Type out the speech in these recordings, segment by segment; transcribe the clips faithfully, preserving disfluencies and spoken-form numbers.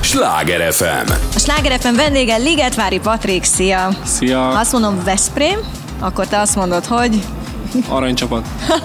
Sláger ef em. A Sláger ef em vendége Ligetvári Patrik, szia! Szia! Ha azt mondom Veszprém, akkor te azt mondod, hogy... Aranycsapat.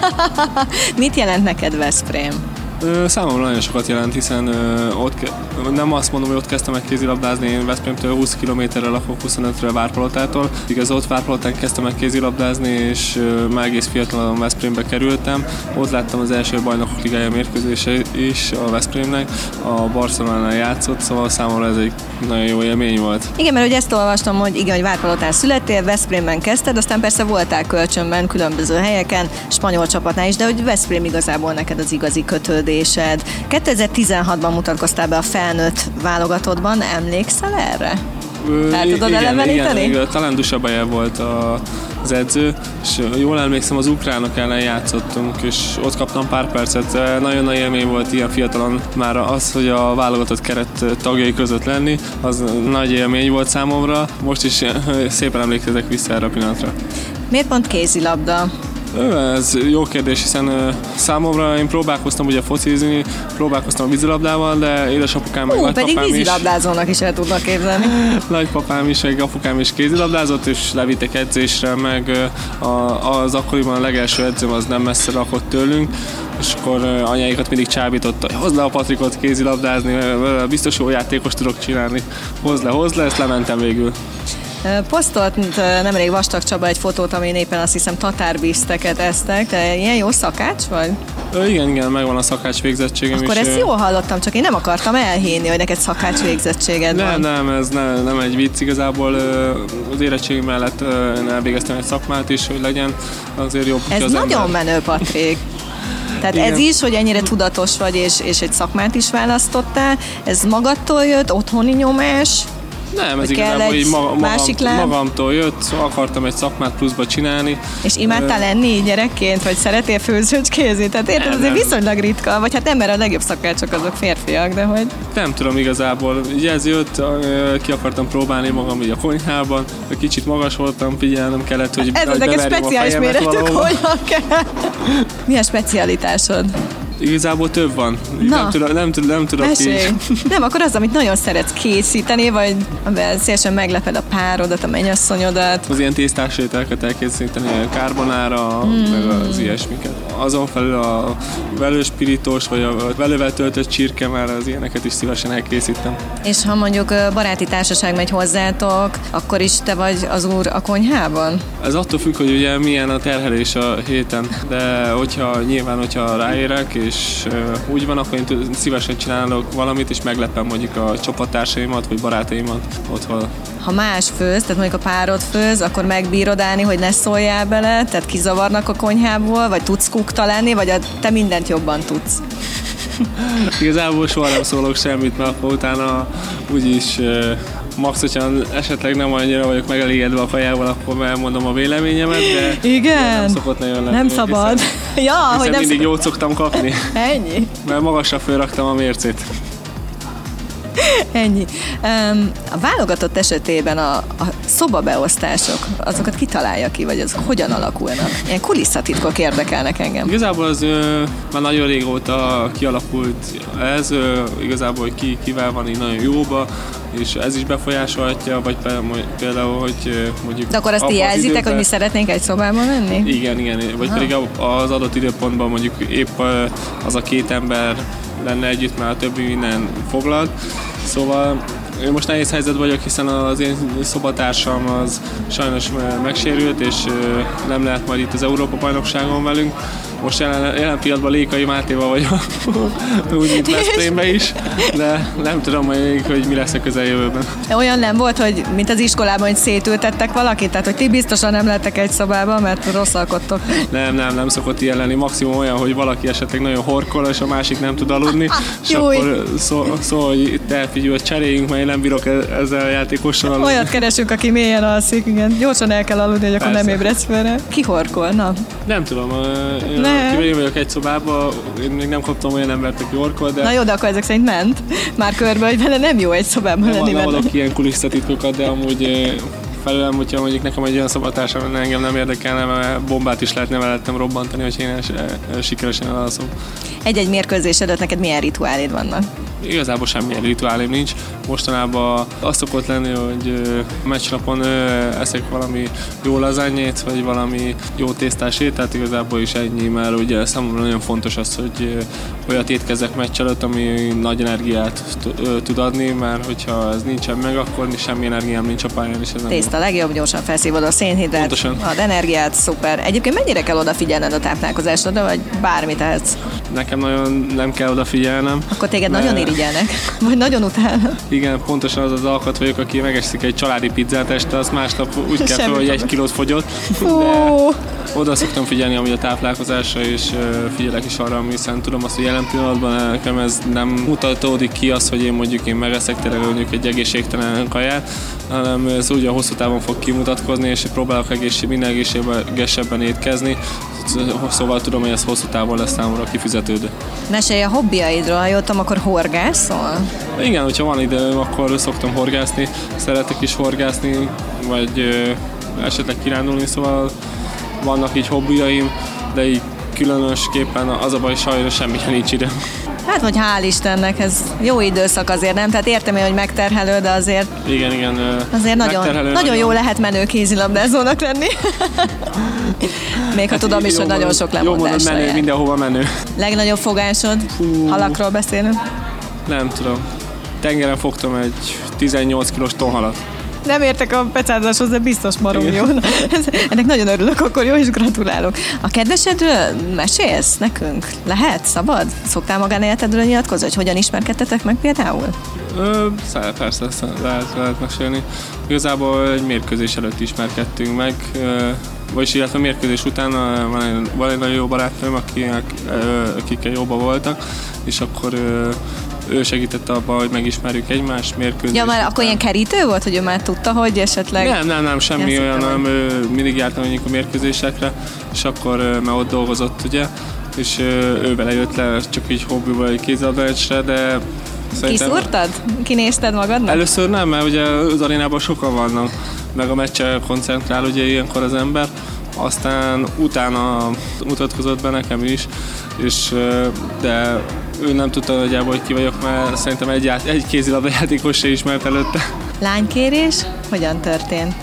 Mit jelent neked Veszprém? Számomra nagyon sokat jelent, hiszen ö, ott ke- nem azt mondom, hogy ott kezdtem meg kézilabdázni, én Veszprémtől húsz kilométerre lakok, huszonötre Várpalotától. Igaz, ott Várpalotán kezdtem meg kézilabdázni, és ö, már egész fiatalon Veszprémbe kerültem. Ott láttam az első bajnokok ligája mérkőzése is a Veszprémnek, a Barcelonánál játszott, szóval számomra ez egy nagyon jó élmény volt. Igen, mert hogy ezt olvastam, hogy igen, hogy Várpalotán születtél, Veszprémben kezdted, aztán persze voltál kölcsönben különböző helyeken, spanyol csapatnál is, de hogy Veszprém igazából neked az igazi kötődésed. kétezer-tizenhatban mutatkoztál be a felnőtt válogatottban, emlékszel erre? Tehát tudod igen, eleveníteni? Igen, igen, talán Dusabaje volt a, az edző, és jól emlékszem, az ukránok ellen játszottunk, és ott kaptam pár percet. Nagyon nagy élmény volt ilyen fiatalon már az, hogy a válogatott keret tagjai között lenni, az nagy élmény volt számomra. Most is szépen emlékezek vissza erre a pillanatra. Miért pont kézilabda? Ez jó kérdés, hiszen számomra én próbálkoztam ugye focizni, próbálkoztam a vízilabdával, de édesapukám meg Ó, nagypapám is... pedig vízilabdázónak is el tudnak képzelni. Nagypapám is, meg apukám is kézilabdázott, és levittek edzésre, meg az akkoriban a legelső edzőm az nem messze lakott tőlünk, és akkor anyáikat mindig csábította, hogy hozd le a Patrikot kézilabdázni, biztos jó játékos tudok csinálni, hozd le, hozd le, ezt lementem végül. Posztolt nemrég Vastag Csaba egy fotót, amin éppen azt hiszem tatárbízteket esztek. Te ilyen jó szakács vagy? Ö, igen, igen, megvan a szakács végzettségem Akkor is. ezt jól hallottam, csak én nem akartam elhinni, hogy neked szakács végzettséged nem, van. Nem, ez ne, nem egy vicc igazából. Az érettségim mellett én elvégeztem egy szakmát is, hogy legyen azért jobb. Ez az nagyon ember... menő, Patrik. Tehát igen. Ez is, hogy ennyire tudatos vagy, és, és egy szakmát is választottál, ez magadtól jött, otthoni nyomás? Nem, ez igazából így maga, magam, magamtól jött, akartam egy szakmát pluszba csinálni. És imádtál lenni gyerekként, vagy szeretél főzőcskézni? Tehát érted, nem, azért nem. viszonylag ritka, vagy hát nem, mert a legjobb szakácsok azok férfiak, de hogy... Nem tudom igazából, így ez jött, ki akartam próbálni magam így a konyhában, kicsit magas voltam, figyelnem kellett, hogy ez neked speciális méretű konyha kell. Mi a specialitásod? Igazából több van. Nem tudom, nem, tudom, nem tudok így. Nem, akkor az, amit nagyon szeretsz készíteni, vagy amivel szélesen megleped a párodat, a mennyasszonyodat. Az ilyen tésztás ételeket elkészíteni, a carbonara, mm. meg az ilyesmiket. Azon felül a velőspirítós, vagy a velővel töltött csirke, már az ilyeneket is szívesen elkészítem. És ha mondjuk baráti társaság megy hozzátok, akkor is te vagy az úr a konyhában? Ez attól függ, hogy ugye milyen a terhelés a héten, de hogyha nyilván, hogyha ráérek, és uh, úgy van, akkor én szívesen csinálok valamit, és meglepem mondjuk a csapattársaimat, vagy barátaimat otthon. Ha más főz, tehát mondjuk a párod főz, akkor megbírod állni, hogy ne szóljál bele, tehát kizavarnak a konyhából, vagy tudsz kukta lenni, vagy a, te mindent jobban tudsz? Igazából soha nem szólok semmit, mert akkor utána úgyis uh, max, hogyha esetleg nem annyira vagyok megelégedve a kajával, akkor elmondom a véleményemet, de igen, nem szokott nagyon lenni. Nem szabad. Hiszen, ja, hiszen hogy nem mindig szok... jót szoktam kapni. Ennyi? Mert magasra fölraktam a mércét. Ennyi. Um, a válogatott esetében a, a szobabeosztások, azokat kitalálja ki, vagy az hogyan alakulnak? Ilyen kulisszatitkok érdekelnek engem. Igazából az ö, már nagyon régóta kialakult ez, ö, igazából, hogy ki, kivel van így nagyon jóba, és ez is befolyásolhatja, vagy például, hogy mondjuk... De akkor azt ti jelzitek, időben... hogy mi szeretnénk egy szobában lenni? Igen, igen, vagy ha. Pedig az adott időpontban mondjuk épp az a két ember lenne együtt, már a többi minden foglalt. Szóval én most nehéz helyzet vagyok, hiszen az én szobatársam az sajnos megsérült, és nem lehet majd itt az Európa-bajnokságon velünk. Most jelen, jelen pillanatban Lékai Mátéval vagyok, úgy, mint Veszprémbe is, de nem tudom még, hogy mi lesz a közeljövőben. Olyan nem volt, hogy mint az iskolában, hogy szétültettek valakit, tehát hogy ti biztosan nem lettek egy szobában, mert rosszalkodtok. Nem, nem, nem szokott ilyen lenni. Maximum olyan, hogy valaki esetleg nagyon horkol, és a másik nem tud aludni, és Júj. akkor szól, szó, hogy itt elfigyelj, hogy cseréljünk, mert én nem bírok ezzel a játékossal aludni. Olyat keresünk, aki mélyen alszik, igen. Gyorsan el kell aludni, hogy akkor nem ébredsz fel. Ki horkol? Na. Nem tudom. Én Én vagyok egy szobában, én még nem kaptam olyan embert, aki horkol, de... Na jó, de akkor ezek szerint ment már körbe, hogy vele nem jó egy szobában lenni. Nem adok ilyen kulisszatitkokat, de amúgy felőlem, hogyha mondjuk nekem egy olyan szobatársam, engem nem érdekelne, mert bombát is lehetne mellettem robbantani, hogy én sikeresem elalszom. Egy-egy mérkőzés előtt neked milyen rituáléd vannak? Igazából semmilyen rituálém nincs. Mostanában az szokott lenni, hogy meccsnapon eszek valami jó lazányét, vagy valami jó tésztás ételt, igazából is ennyi, mert ugye számomra nagyon fontos az, hogy olyat étkezzek meccs előtt, ami nagy energiát tud adni, mert hogyha ez nincsen meg, akkor semmi energiám nincs a pályán. És ez tészta legjobb, gyorsan felszívod a szénhidrát, ad energiát, szuper. Egyébként mennyire kell odafigyelned a táplálkozásra, vagy bármit tehetsz? Nekem nagyon nem kell odafigyelnem. Akkor téged mert... nagyon irigyelnek, vagy nagyon utálnak. Igen, pontosan az az alkat vagyok, aki megeszik egy családi pizzát este, az másnap úgy kell fel, hogy egy kilót fogyott. De oda szoktam figyelni amúgy a táplálkozásra, és figyelek is arra, hiszen tudom azt, hogy jelen pillanatban nekem ez nem mutatódik ki az, hogy én mondjuk én megeszek tényleg mondjuk egy egészségtelen kaját, hanem ez úgy a hosszú távon fog kimutatkozni, és próbálok egészség, minden egészségesebben étkezni. Szóval tudom, hogy ez hosszú távon lesz számomra kifizetődő. Mesélj a hobbiaidról, ha jöttem, akkor horgászol? Igen, hogyha van időm, akkor szoktam horgászni, szeretek is horgászni, vagy ö, esetleg kirándulni, szóval vannak így hobbiaim, de így különösképpen az a baj, sajnos semmire nincs ide. Hát, hogy hál' Istennek, ez jó időszak azért, nem? Tehát értem én, hogy megterhelő, de azért... Igen, igen. Azért nagyon, nagyon, nagyon jó lehet menő kézilabdázónak lenni. Még ha tudom is, hogy nagyon sok lemondásra. Jó mondod, menő, mindenhova menő. Legnagyobb fogásod? Fú. Halakról beszélünk? Nem tudom. Tengeren fogtam egy tizennyolc kilós tonhalat. Nem értek a pecázáshoz, de biztos marom jó. Ennek nagyon örülök, akkor jó, és gratulálok. A kedvesedről mesélsz nekünk? Lehet? Szabad? Szoktál magánéletedről nyilatkozni, hogy hogyan ismerkedtetek meg például? Ö, persze, lehet, lehet mesélni. Igazából egy mérkőzés előtt ismerkedtünk meg, vagyis illetve a mérkőzés után van egy, van egy nagyon jó barátnőm, akik, akikkel jobban voltak, és akkor ő segítette abban, hogy megismerjük egymást mérkőzés. Ja, már akkor ilyen kerítő volt, hogy ő már tudta, hogy esetleg... Nem, nem, nem, semmi olyan, nem, ő mindig jártam mondjuk a mérkőzésekre, és akkor már ott dolgozott, ugye, és ő belejött le, csak így hobbiból egy kézilabdamecsre, de szerintem... Kiszúrtad? Kinézted magadnak? Először nem, mert ugye az arénában sokan vannak, meg a meccsel koncentrál ugye ilyenkor az ember, aztán utána mutatkozott be nekem is, és de ő nem tudta nagyjából, hogy ki vagyok, mert szerintem egy, egy kézilabda játékos se ismert előtte. Lánykérés? Hogyan történt?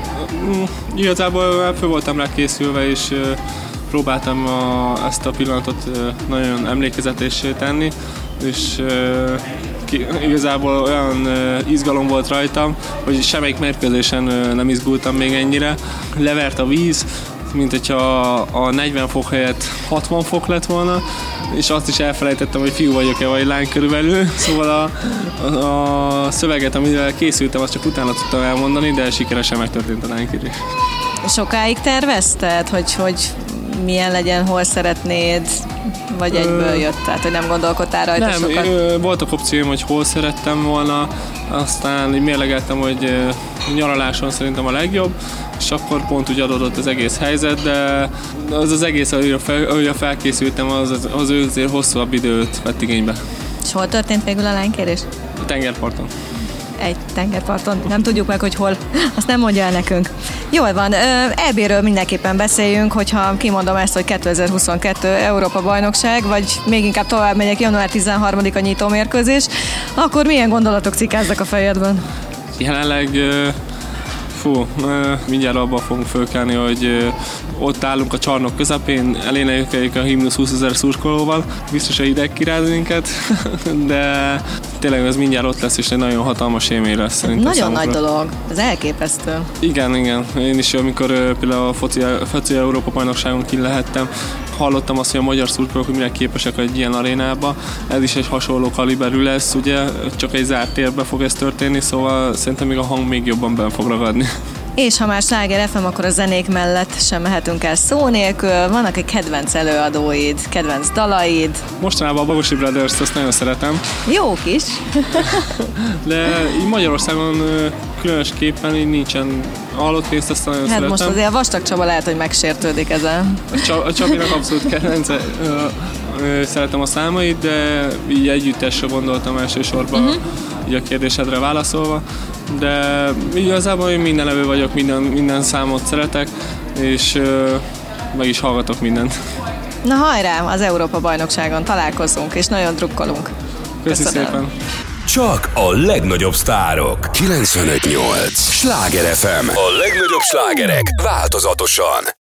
Igazából föl voltam rá készülve, és próbáltam a, ezt a pillanatot nagyon emlékezetessé tenni, és ki, igazából olyan izgalom volt rajtam, hogy semmelyik mérkőzésen nem izgultam még ennyire. Levert a víz, mint hogyha a negyven fok helyett hatvan fok lett volna, és azt is elfelejtettem, hogy fiú vagyok-e, vagy lány körülbelül. Szóval a, a, a szöveget, amivel készültem, azt csak utána tudtam elmondani, de sikeresen megtörtént a lánykérés. Sokáig tervezted, hogy, hogy milyen legyen, hol szeretnéd, vagy egyből jött, tehát hogy nem gondolkodtál rajta nem, sokat? Nem, voltak opcióim, hogy hol szerettem volna, aztán így mérlegeltem, hogy nyaraláson szerintem a legjobb, és akkor pont úgy adódott az egész helyzet, de az az egész, ahogy fel, felkészültem, az, az, az azért hosszabb időt vett igénybe. És hol történt végül a lánykérés? A tengerparton. Egy tengerparton. Nem tudjuk meg, hogy hol. Azt nem mondja el nekünk. Jól van. é béről mindenképpen beszéljünk, hogyha kimondom ezt, hogy kétezer-huszonkettő Európa bajnokság, vagy még inkább tovább megyek, január tizenharmadika nyitó mérkőzés, akkor milyen gondolatok cikáznak a fejedben? Jelenleg fú, mindjárt abban fogunk fölkelni, hogy ott állunk a csarnok közepén, elénekeljük a himnusz húszezer szurkolóval, biztos a hideg kiráz minket, de tényleg ez mindjárt ott lesz, és egy nagyon hatalmas élmény lesz szerintem. Nagyon számukra. Nagy dolog, ez elképesztő. Igen, igen. Én is, amikor például a foci, foci Európa bajnokságon ki lehettem, hallottam azt, hogy a magyar szurkolók hogy mire képesek egy ilyen arénába. Ez is egy hasonló kaliberű lesz, ugye, csak egy zárt térben fog ez történni, szóval szerintem még a hang még jobban benn fog ragadni. És ha már Sláger ef em, akkor a zenék mellett sem mehetünk el szó nélkül. Vannak egy kedvenc előadóid, kedvenc dalaid? Mostanában a Bagosi Brothers-t azt nagyon szeretem. Jók is. De így Magyarországon különösképpen így nincsen hallott részt, azt nagyon hát szeretem. Most azért a Vastag Csaba lehet, hogy megsértődik ezen. A, Csab- a Csabinak abszolút kedvence. Szeretem a számait, de így együttesre gondoltam elsősorban uh-huh. így a kérdésedre válaszolva. De igazából én minden evő vagyok, minden, minden számot szeretek, és uh, meg is hallgatok mindent. Na hajrá, az Európa bajnokságon találkozunk, és nagyon drukkolunk. Köszi Köszönöm. szépen. Csak a legnagyobb sztárok. kilencvenöt nyolc Sláger ef em. A legnagyobb slágerek változatosan.